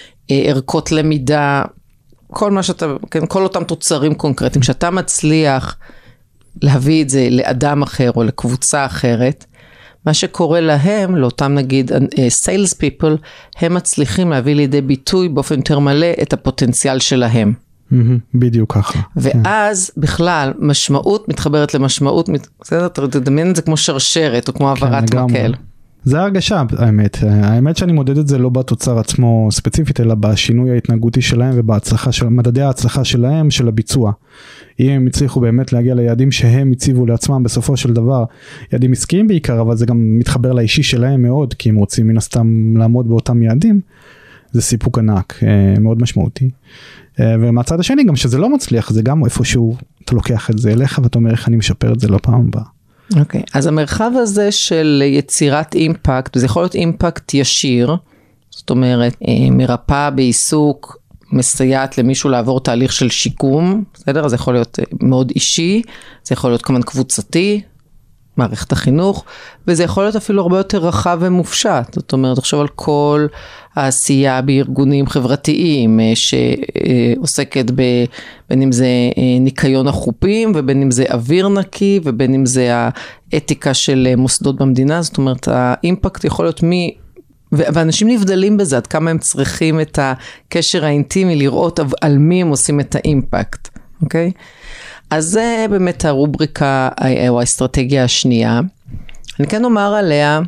ערכות למידה, כל מה שאתה, כן, כל אותם תוצרים קונקרטיים, כשאתה מצליח להביא את זה לאדם אחר או לקבוצה אחרת, מה שקורה להם, לאותם נגיד sales people, הם מצליחים להביא לידי ביטוי באופן יותר מלא את הפוטנציאל שלהם. בדיוק ככה. ואז בכלל משמעות מתחברת למשמעות, אתה תדמיין את זה כמו שרשרת או כמו העברת מקל. זה הרגשה, האמת שאני מודד את זה לא בתוצר עצמו ספציפית, אלא בשינוי ההתנהגותי שלהם ובהצלחה של מדדי ההצלחה שלהם, של הביצוע. אם הם הצליחו באמת להגיע ליעדים שהם הציבו לעצמם בסופו של דבר, יעדים עסקיים בעיקר, אבל זה גם מתחבר לאישי שלהם מאוד, כי הם רוצים מן הסתם לעמוד באותם יעדים, זה סיפוק ענק, מאוד משמעותי. ומהצד השני גם שזה לא מצליח, זה גם איפשהו אתה לוקח את זה אליך ואתה אומר איך אני משפר את זה לפעם הבאה. אוקיי, אז המרחב הזה של יצירת אימפקט, זה יכול להיות אימפקט ישיר, זאת אומרת, מרפאה בעיסוק, מסייעת למישהו לעבור תהליך של שיקום, בסדר? זה יכול להיות מאוד אישי, זה יכול להיות כמובן קבוצתי, מערכת החינוך, וזה יכול להיות אפילו הרבה יותר רחב ומופשט, זאת אומרת, עכשיו על כל העשייה בארגונים חברתיים, שעוסקת בין אם זה ניקיון החופים, ובין אם זה אוויר נקי, ובין אם זה האתיקה של מוסדות במדינה, זאת אומרת, האימפקט יכול להיות ואנשים נבדלים בזה, עד כמה הם צריכים את הקשר האינטימי, לראות על מי הם עושים את האימפקט, אוקיי? אז זה באמת הרובריקה או האסטרטגיה השנייה. אני כן אומר עליה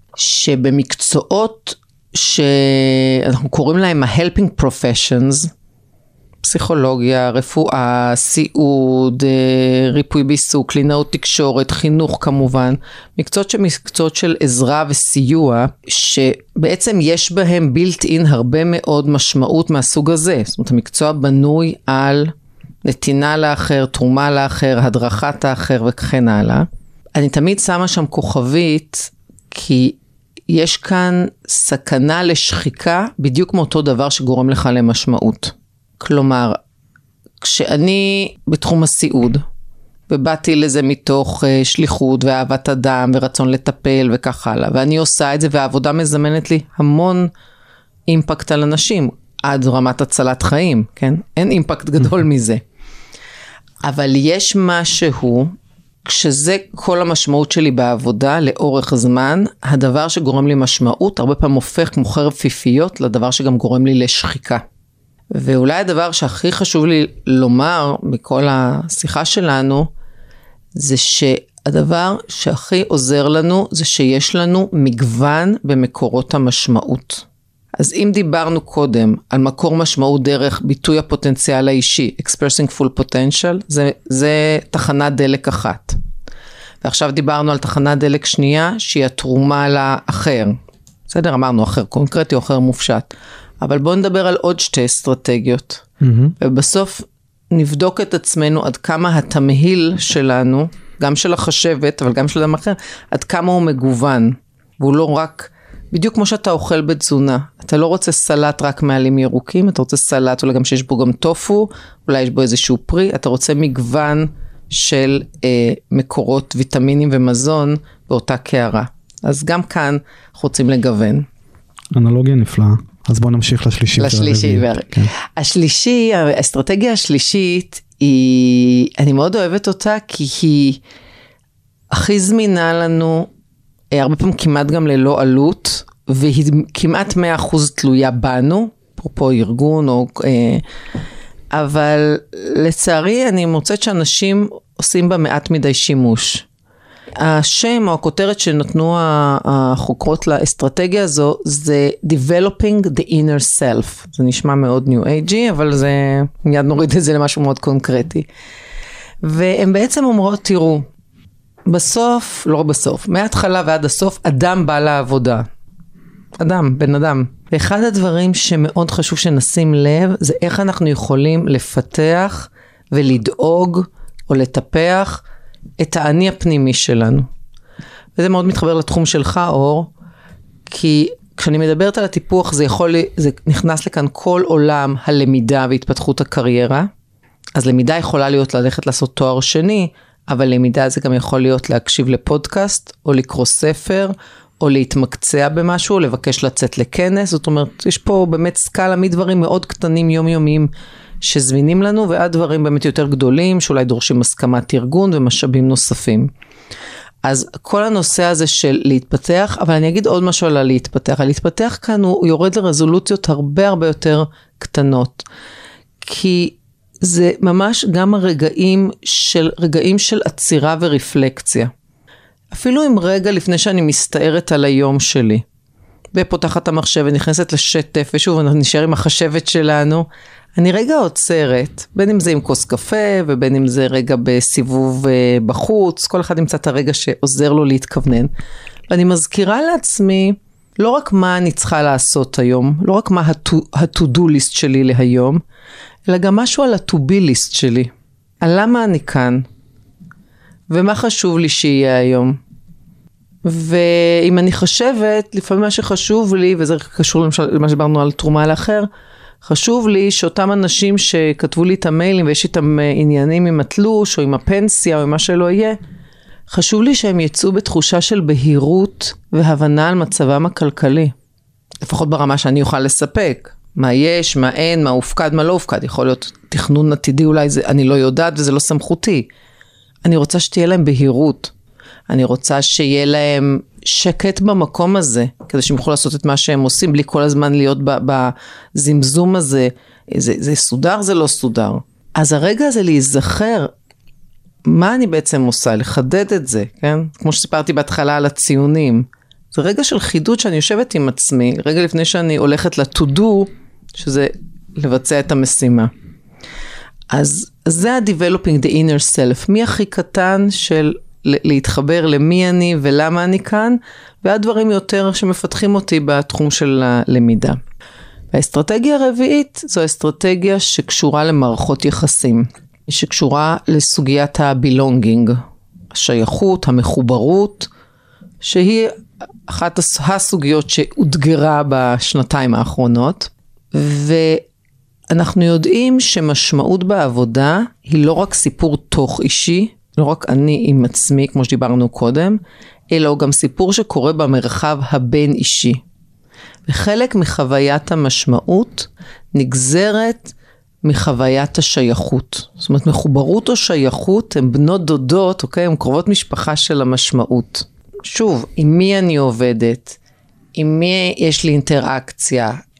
שבמקצועות שאנחנו קוראים להם ה-helping professions, פסיכולוגיה, רפואה, סיעוד, ריפוי בעיסוק, קלינאות תקשורת, חינוך כמובן, מקצועות של עזרה וסיוע, שבעצם יש בהם built in הרבה מאוד משמעות מהסוג הזה. זאת אומרת, המקצוע בנוי על נתינה לאחר, תרומה לאחר, הדרכת האחר וכן הלאה. אני תמיד שמה שם כוכבית, כי יש כאן סכנה לשחיקה, בדיוק מאותו דבר שגורם לך למשמעות. כלומר, כשאני בתחום הסיעוד, ובאתי לזה מתוך שליחות ואהבת אדם ורצון לטפל וכך הלאה, ואני עושה את זה והעבודה מזמנת לי המון אימפקט על אנשים, עד רמת הצלת חיים, כן? אין אימפקט גדול מזה. אבל יש משהו, כשזה כל המשמעות שלי בעבודה לאורך זמן, הדבר שגורם לי משמעות, הרבה פעמים הופך כמו חרב פיפיות, לדבר שגם גורם לי לשחיקה. ואולי הדבר שהכי חשוב לי לומר, בכל השיחה שלנו, זה שהדבר שהכי עוזר לנו, זה שיש לנו מגוון במקורות המשמעות. אז אם דיברנו קודם על מקור משמעות דרך ביטוי הפוטנציאל האישי, expressing full potential, זה תחנת דלק אחת. ועכשיו דיברנו על תחנת דלק שנייה, שהיא התרומה לאחר. בסדר, אמרנו אחר קונקרטי או אחר מופשט. אבל בואו נדבר על עוד שתי אסטרטגיות. ובסוף נבדוק את עצמנו עד כמה התמהיל שלנו, גם של החשבת, אבל גם של אדם אחר, עד כמה הוא מגוון. והוא לא רק, בדיוק כמו שאתה אוכל בתזונה. אתה לא רוצה סלט רק מעלים ירוקים, אתה רוצה סלט, אולי גם שיש בו גם טופו, אולי יש בו איזשהו פרי, אתה רוצה מגוון של מקורות ויטמינים ומזון באותה קערה. אז גם כאן אנחנו רוצים לגוון. אנלוגיה נפלאה. אז בואו נמשיך לשלישי. כן. השלישי, האסטרטגיה השלישית, אני מאוד אוהבת אותה, כי היא הכי זמינה לנו, הרבה פעמים כמעט גם ללא עלות, והיא כמעט 100% תלויה בנו, אפרופו ארגון, אבל לצערי אני מוצאת שאנשים עושים בה מעט מדי שימוש. השם או הכותרת שנתנו החוקרות לאסטרטגיה הזו, זה Developing the Inner Self. זה נשמע מאוד New Age, אבל זה, מיד נוריד את זה למשהו מאוד קונקרטי. והם בעצם אומרות, תראו, בסוף, לא בסוף, מההתחלה ועד הסוף, אדם בא לעבודה. אדם, בן אדם. ואחד הדברים שמאוד חשוב שנשים לב, זה איך אנחנו יכולים לפתח ולדאוג או לטפח את האני הפנימי שלנו. וזה מאוד מתחבר לתחום שלך, אור, כי כשאני מדברת על הטיפוח, זה נכנס לכאן כל עולם הלמידה והתפתחות הקריירה. אז למידה יכולה להיות ללכת לעשות תואר שני, אבל למידה זה גם יכול להיות להקשיב לפודקאסט, או לקרוא ספר, או להתמקצע במשהו, או לבקש לצאת לכנס. זאת אומרת, יש פה באמת סקאלה מדברים מאוד קטנים יומיומיים, שזמינים לנו, ועד דברים באמת יותר גדולים, שאולי דורשים הסכמת ארגון ומשאבים נוספים. אז כל הנושא הזה של להתפתח, אבל אני אגיד עוד משהו על להתפתח. להתפתח כאן הוא יורד לרזולוציות הרבה הרבה יותר קטנות. כי זה ממש גם רגעים של עצירה ורפלקציה. אפילו אם רגע לפני שאני מסתערת על היום שלי, ופותחת המחשב ונכנסת לשטף, ושוב אנחנו נשאר עם החשבת שלנו, אני רגע עוצרת, בין אם זה עם כוס קפה, ובין אם זה רגע בסיבוב בחוץ, כל אחד ימצא את הרגע שעוזר לו להתכוונן. ואני מזכירה לעצמי, לא רק מה אני צריכה לעשות היום, לא רק מה ה-to-do list שלי להיום, אלא גם משהו על ה-to-be list שלי. על למה אני כאן, ומה חשוב לי שיהיה היום. ואם אני חשבת, לפעמים מה שחשוב לי, וזה קשור למשל למה שדיברנו על תרומה לאחר, חשוב לי שאותם אנשים שכתבו לי את המיילים, ויש איתם עניינים עם התלוש, או עם הפנסיה, או עם מה שלא יהיה, חשוב לי שהם יצאו בתחושה של בהירות, והבנה על מצבם הכלכלי. לפחות ברמה שאני אוכל לספק. מה יש, מה אין, מה הופקד, מה לא הופקד. יכול להיות תכנון עתידי, אולי זה, אני לא יודעת, וזה לא סמכותי. אני רוצה שתהיה להם בהירות. אני רוצה שיהיה להם שקט במקום הזה, כדי שהם יוכלו לעשות את מה שהם עושים, בלי כל הזמן להיות בזמזום הזה. זה סודר, זה לא סודר. אז הרגע הזה להיזכר, מה אני בעצם עושה? לחדד את זה, כן? כמו שסיפרתי בהתחלה על הציונים. זה רגע של חידוד שאני יושבת עם עצמי, רגע לפני שאני הולכת ל-to-do, שזה לבצע את המשימה. אז זה ה-developing the inner self, מי הכי קטן של להתחבר למי אני ולמה אני כאן, והדברים יותר שמפתחים אותי בתחום של הלמידה. והאסטרטגיה הרביעית זו אסטרטגיה שקשורה למערכות יחסים, שקשורה לסוגיית ה-belonging, השייכות, המחוברות, שהיא אחת הסוגיות שהודגרה בשנתיים האחרונות, ואנחנו יודעים שמשמעות בעבודה היא לא רק סיפור תוך אישי, לא רק אני עם עצמי, כמו שדיברנו קודם, אלא הוא גם סיפור שקורה במרחב הבין אישי. וחלק מחוויית המשמעות נגזרת מחוויית השייכות. זאת אומרת, מחוברות או שייכות הן בנות דודות, אוקיי? הן קרובות משפחה של המשמעות. שוב, עם מי אני עובדת? עם מי יש לי אינטראקציה?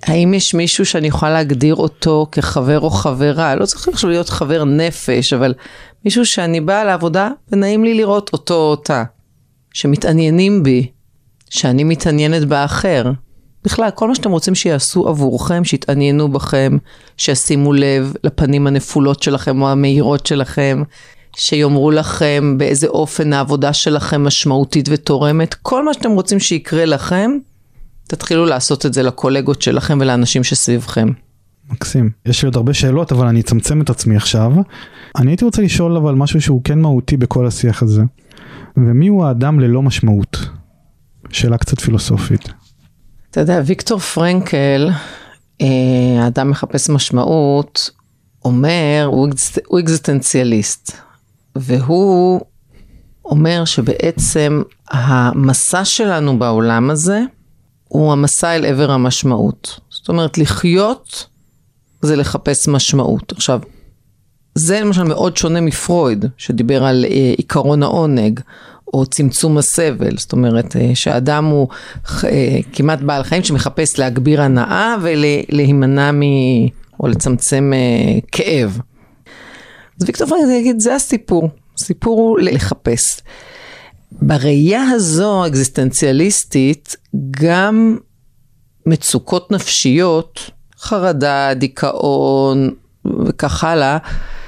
האם יש מישהו שאני יכולה להגדיר אותו כחבר או חברה? לא צריך עכשיו להיות חבר נפש, אבל מישהו שאני באה לעבודה ונעים לי לראות אותו או אותה, שמתעניינים בי, שאני מתעניינת באחר. בכלל, כל מה שאתם רוצים שיעשו עבורכם, שיתעניינו בכם, שישימו לב לפנים הנפולות שלכם או המהירות שלכם, שיאמרו לכם באיזה אופן העבודה שלכם משמעותית ותורמת. כל מה שאתם רוצים שיקרה לכם, תתחילו לעשות את זה לקולגות שלכם ולאנשים שסביבכם. מקסים. יש לי עוד הרבה שאלות, אבל אני אצמצם את עצמי עכשיו. אני הייתי רוצה לשאול אבל משהו שהוא כן מהותי בכל השיח הזה. ומי הוא האדם ללא משמעות? שאלה קצת פילוסופית. אתה יודע, ויקטור פרנקל, האדם מחפש משמעות, אומר, הוא אקזיסטנציאליסט. והוא אומר שבעצם המסע שלנו בעולם הזה, הוא המסע אל עבר המשמעות. זאת אומרת, לחיות זה לחפש משמעות. עכשיו, זה למשל מאוד שונה מפרויד, שדיבר על עיקרון העונג, או צמצום הסבל. זאת אומרת, שהאדם הוא כמעט בעל חיים שמחפש להגביר הנאה, ולהימנע או לצמצם כאב. אז ויקטור פרנקל יגיד, זה הסיפור. הסיפור הוא לחפש. בראייה הזו האקזיסטנציאליסטית, גם מצוקות נפשיות, חרדה, דיכאון וכך הלאה,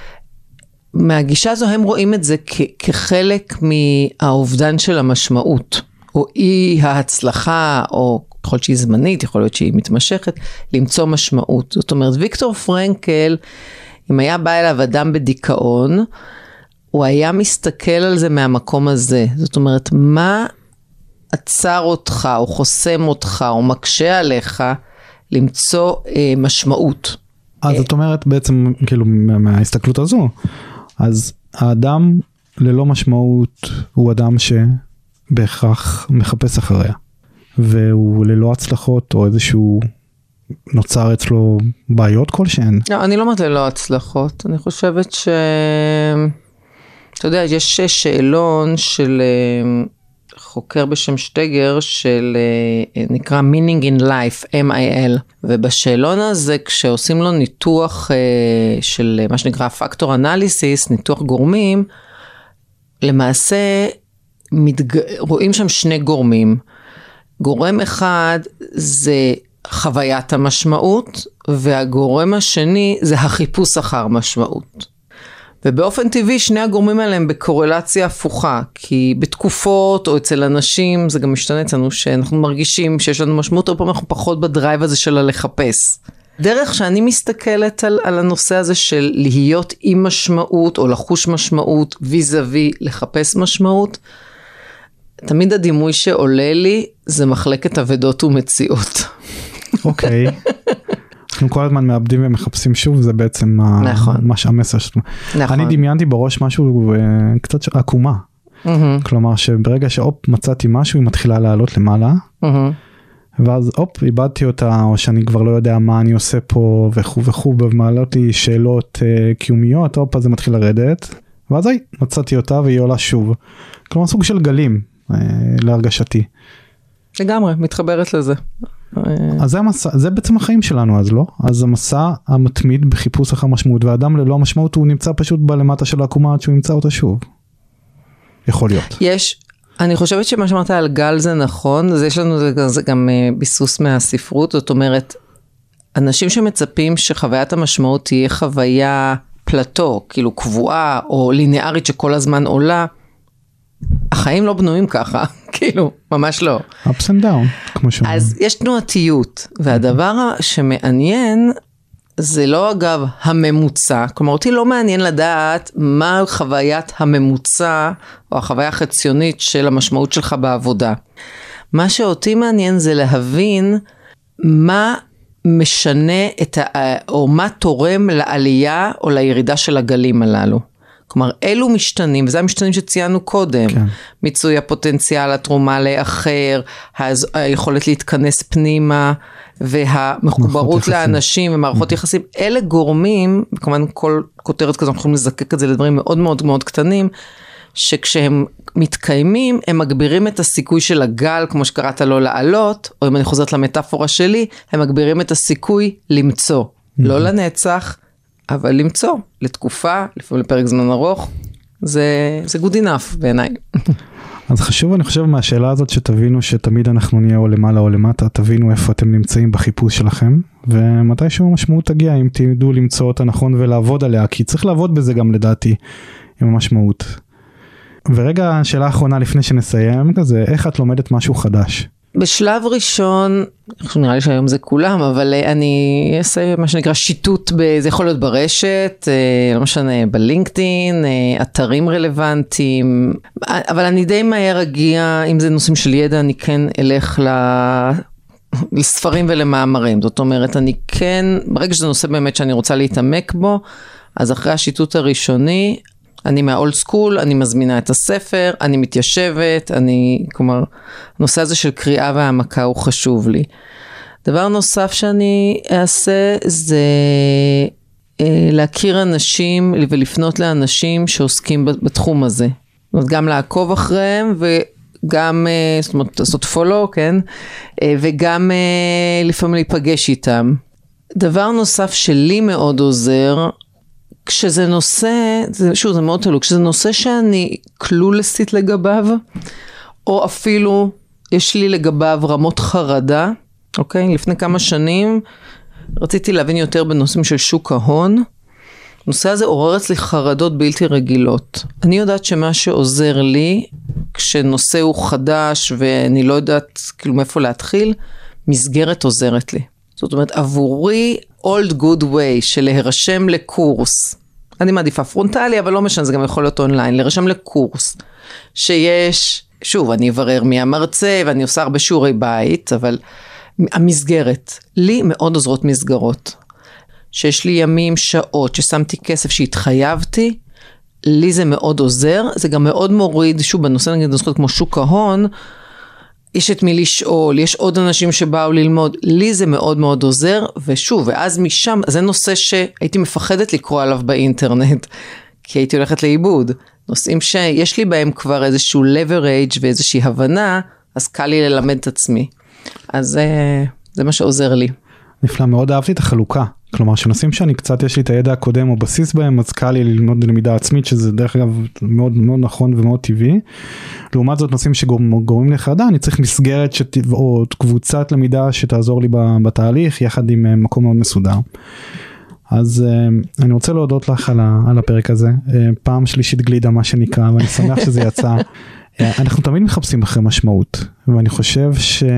מהגישה הזו הם רואים את זה כחלק מהאובדן של המשמעות, או אי ההצלחה, או יכול להיות שהיא זמנית, יכול להיות שהיא מתמשכת, למצוא משמעות. זאת אומרת, ויקטור פרנקל, אם היה בא אליו אדם בדיכאון, הוא היה מסתכל על זה מהמקום הזה. זאת אומרת, מה עצר אותך, או חוסם אותך, או מקשה עליך, למצוא משמעות. אז זאת אומרת, בעצם, כאילו, מההסתכלות הזו, אז האדם ללא משמעות, הוא אדם שבהכרח מחפש אחריה. והוא ללא הצלחות, או איזשהו נוצר אצלו בעיות כלשהן. לא, אני לא אומרת ללא הצלחות. אני חושבת אתה יודע, יש שאלון של חוקר בשם שטגר, נקרא Meaning in Life, MIL, ובשאלון הזה, כשעושים לו ניתוח של מה שנקרא Factor Analysis, ניתוח גורמים, למעשה רואים שם שני גורמים. גורם אחד זה חוויית המשמעות, והגורם השני זה החיפוש אחר משמעות. ובאופן טבעי שני הגורמים האלה הם בקורלציה הפוכה, כי בתקופות או אצל אנשים, זה גם משתנה אצלנו, שאנחנו מרגישים שיש לנו משמעות, או פעם אנחנו פחות בדרייב הזה של לחפש. דרך שאני מסתכלת על הנושא הזה של להיות עם משמעות, או לחוש משמעות, ויזווי לחפש משמעות, תמיד הדימוי שעולה לי, זה מחלקת עבדות ומציאות. אוקיי. אנחנו כל הזמן מאבדים ומחפשים שוב, זה בעצם המסר שלנו. אני דמיינתי בראש משהו קצת עקומה. כלומר שברגע שאופ מצאתי משהו, היא מתחילה לעלות למעלה, ואז אופ איבדתי אותה, או שאני כבר לא יודע מה אני עושה פה, וכו' וכו', ומעלות לי שאלות קיומיות, אופ אז זה מתחיל לרדת, ואז מצאתי אותה והיא עולה שוב. כלומר סוג של גלים, להרגשתי. לגמרי, מתחברת לזה. אז זה בעצם החיים שלנו, אז לא? אז המסע המתמיד בחיפוש אחר משמעות, והאדם ללא המשמעות הוא נמצא פשוט בלמטה של העקומה עד שהוא ימצא אותה שוב. יכול להיות. אני חושבת שמה שאמרת על גל זה נכון, יש לנו זה גם ביסוס מהספרות, זאת אומרת, אנשים שמצפים שחוויית המשמעות תהיה חוויה פלטו, כאילו קבועה או ליניארית שכל הזמן עולה, החיים לא בנויים ככה, כאילו, ממש לא. ups and down, כמו שאומרים. אז יש תנועתיות, והדבר שמעניין, זה לא אגב הממוצע, כלומר אותי לא מעניין לדעת מה חוויית הממוצע, או החוויה החציונית של המשמעות שלך בעבודה. מה שאותי מעניין זה להבין מה משנה או מה תורם לעלייה או לירידה של הגלים הללו. כלומר, אלו משתנים, וזה המשתנים שציינו קודם, כן. מיצוי הפוטנציאל, התרומה לאחר, היכולת להתכנס פנימה, והמחוברות לאנשים ומערכות יחסים, אלה גורמים, וכמובן כל כותרת כזו, אנחנו יכולים לזקק את זה לדברים מאוד מאוד מאוד קטנים, שכשהם מתקיימים, הם מגבירים את הסיכוי של הגל, כמו שקראת לו, לעלות, או אם אני חוזרת למטאפורה שלי, הם מגבירים את הסיכוי למצוא. לא לנצח, אבל למצוא, לתקופה, לפעמים לפרק זמן ארוך, זה good enough בעיניי. אז חשוב, אני חושב מהשאלה הזאת שתבינו שתמיד אנחנו נהיה או למעלה או למטה, תבינו איפה אתם נמצאים בחיפוש שלכם, ומתישהו המשמעות תגיע אם תדעו למצוא אותה נכון ולעבוד עליה, כי צריך לעבוד בזה גם לדעתי, עם המשמעות. ורגע, השאלה האחרונה לפני שנסיים, זה איך את לומדת משהו חדש? בשלב ראשון, נראה לי שהיום זה כולם, אבל אני אעשה מה שנקרא שיטוט, זה יכול להיות ברשת, לא משנה, בלינקדאין, אתרים רלוונטיים, אבל אני די מהר אגיע, אם זה נושאים של ידע, אני כן אלך לספרים ולמאמרים. זאת אומרת, אני כן, ברגע שזה נושא באמת שאני רוצה להתעמק בו, אז אחרי השיטוט הראשוני, אני מהאולד סקול, אני מזמינה את הספר, אני מתיישבת, כלומר, הנושא הזה של קריאה והעמקה הוא חשוב לי. דבר נוסף שאני אעשה זה להכיר אנשים ולפנות לאנשים שעוסקים בתחום הזה. זאת אומרת, גם לעקוב אחריהם וגם, זאת אומרת, לעשות פולו, כן? וגם לפעמים להיפגש איתם. דבר נוסף שלי מאוד עוזר, כשזה נושא, שוב זה מאוד תלוי, כשזה נושא שאני קלולסית לגביו, או אפילו יש לי לגביו רמות חרדה, אוקיי? לפני כמה שנים רציתי להבין יותר בנושאים של שוק ההון, הנושא הזה עורר אצלי חרדות בלתי רגילות. אני יודעת שמה שעוזר לי, כשנושא הוא חדש ואני לא יודעת כאילו מאיפה להתחיל, מסגרת עוזרת לי. זאת אומרת, עבורי, old good way של להירשם לקורס, אני מעדיפה פרונטלי, אבל לא משנה, זה גם יכול להיות אונליין, להירשם לקורס, שיש, שוב, אני אברר מי המרצה, ואני עושה הרבה שיעורי בית, אבל המסגרת, לי מאוד עוזרות מסגרות, שיש לי ימים, שעות, ששמתי כסף שהתחייבתי, לי זה מאוד עוזר, זה גם מאוד מוריד, שוב, בנושא נגיד נושא כמו שוק ההון, יש את מי לשאול, יש עוד אנשים שבאו ללמוד, לי זה מאוד מאוד עוזר, ושוב, ואז משם, זה נושא שהייתי מפחדת לקרוא עליו באינטרנט, כי הייתי הולכת לאיבוד, נושאים שיש לי בהם כבר איזשהו leverage ואיזושהי הבנה, אז קל לי ללמד את עצמי, אז זה מה שעוזר לי. נפלא, מאוד אהבתי את החלוקה, כלומר שנושאים שאני קצת יש לי את הידע הקודם או בסיס בהם, אז קל לי ללמוד למידה עצמית, שזה דרך אגב מאוד מאוד נכון ומאוד טבעי. לעומת זאת נושאים שגורמים לחרדה, אני צריך מסגרת או קבוצת למידה שתעזור לי בתהליך, יחד עם מקום מאוד מסודר. אז אני רוצה להודות לך על הפרק הזה, פעם שלישית גלידה מה שנקרא, ואני שמח שזה יצא. אנחנו תמיד מחפשים אחרי משמעות, ואני חושב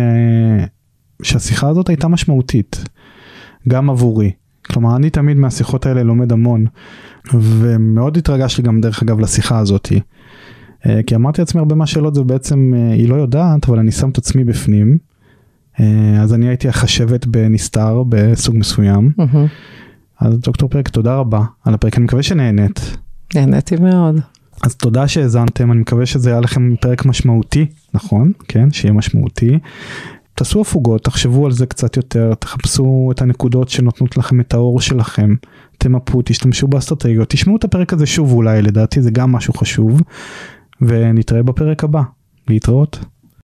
שהשיחה הזאת הייתה משמעותית, גם עבורי. כלומר, אני תמיד מהשיחות האלה לומד המון, ומאוד התרגש לי גם דרך אגב לשיחה הזאת, כי אמרתי לעצמי הרבה מהשאלות, זה בעצם, היא לא יודעת, אבל אני שם את עצמי בפנים, אז אני הייתי החשבת בנסתר בסוג מסוים, אז דוקטור פרק, תודה רבה על הפרק, אני מקווה שנהנית. נהניתי מאוד. אז תודה שהזנתם, אני מקווה שזה היה לכם פרק משמעותי, נכון? כן, שיהיה משמעותי. תעשו הפוגות, תחשבו על זה קצת יותר, תחפשו את הנקודות שנותנות לכם את האור שלכם, תמפו, תשתמשו באסטרטגיות, תשמעו את הפרק הזה שוב אולי, לדעתי זה גם משהו חשוב, ונתראה בפרק הבא. להתראות.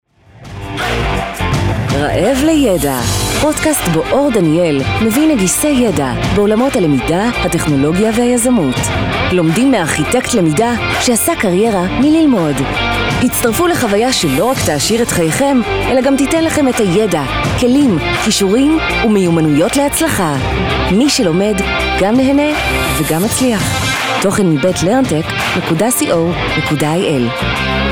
רעב לידע, פודקאסט בו אור דניאל מביא נגיסי ידע בעולמות הלמידה, הטכנולוגיה והיזמות. לומדים מארכיטקט למידה שעשה קריירה מללמוד. הצטרפו לחוויה שלא רק תעשיר את חייכם, אלא גם תיתן לכם את הידע, כלים, כישורים ומיומנויות להצלחה. מי שלומד גם נהנה וגם מצליח. תוכן מבית learntech.co.il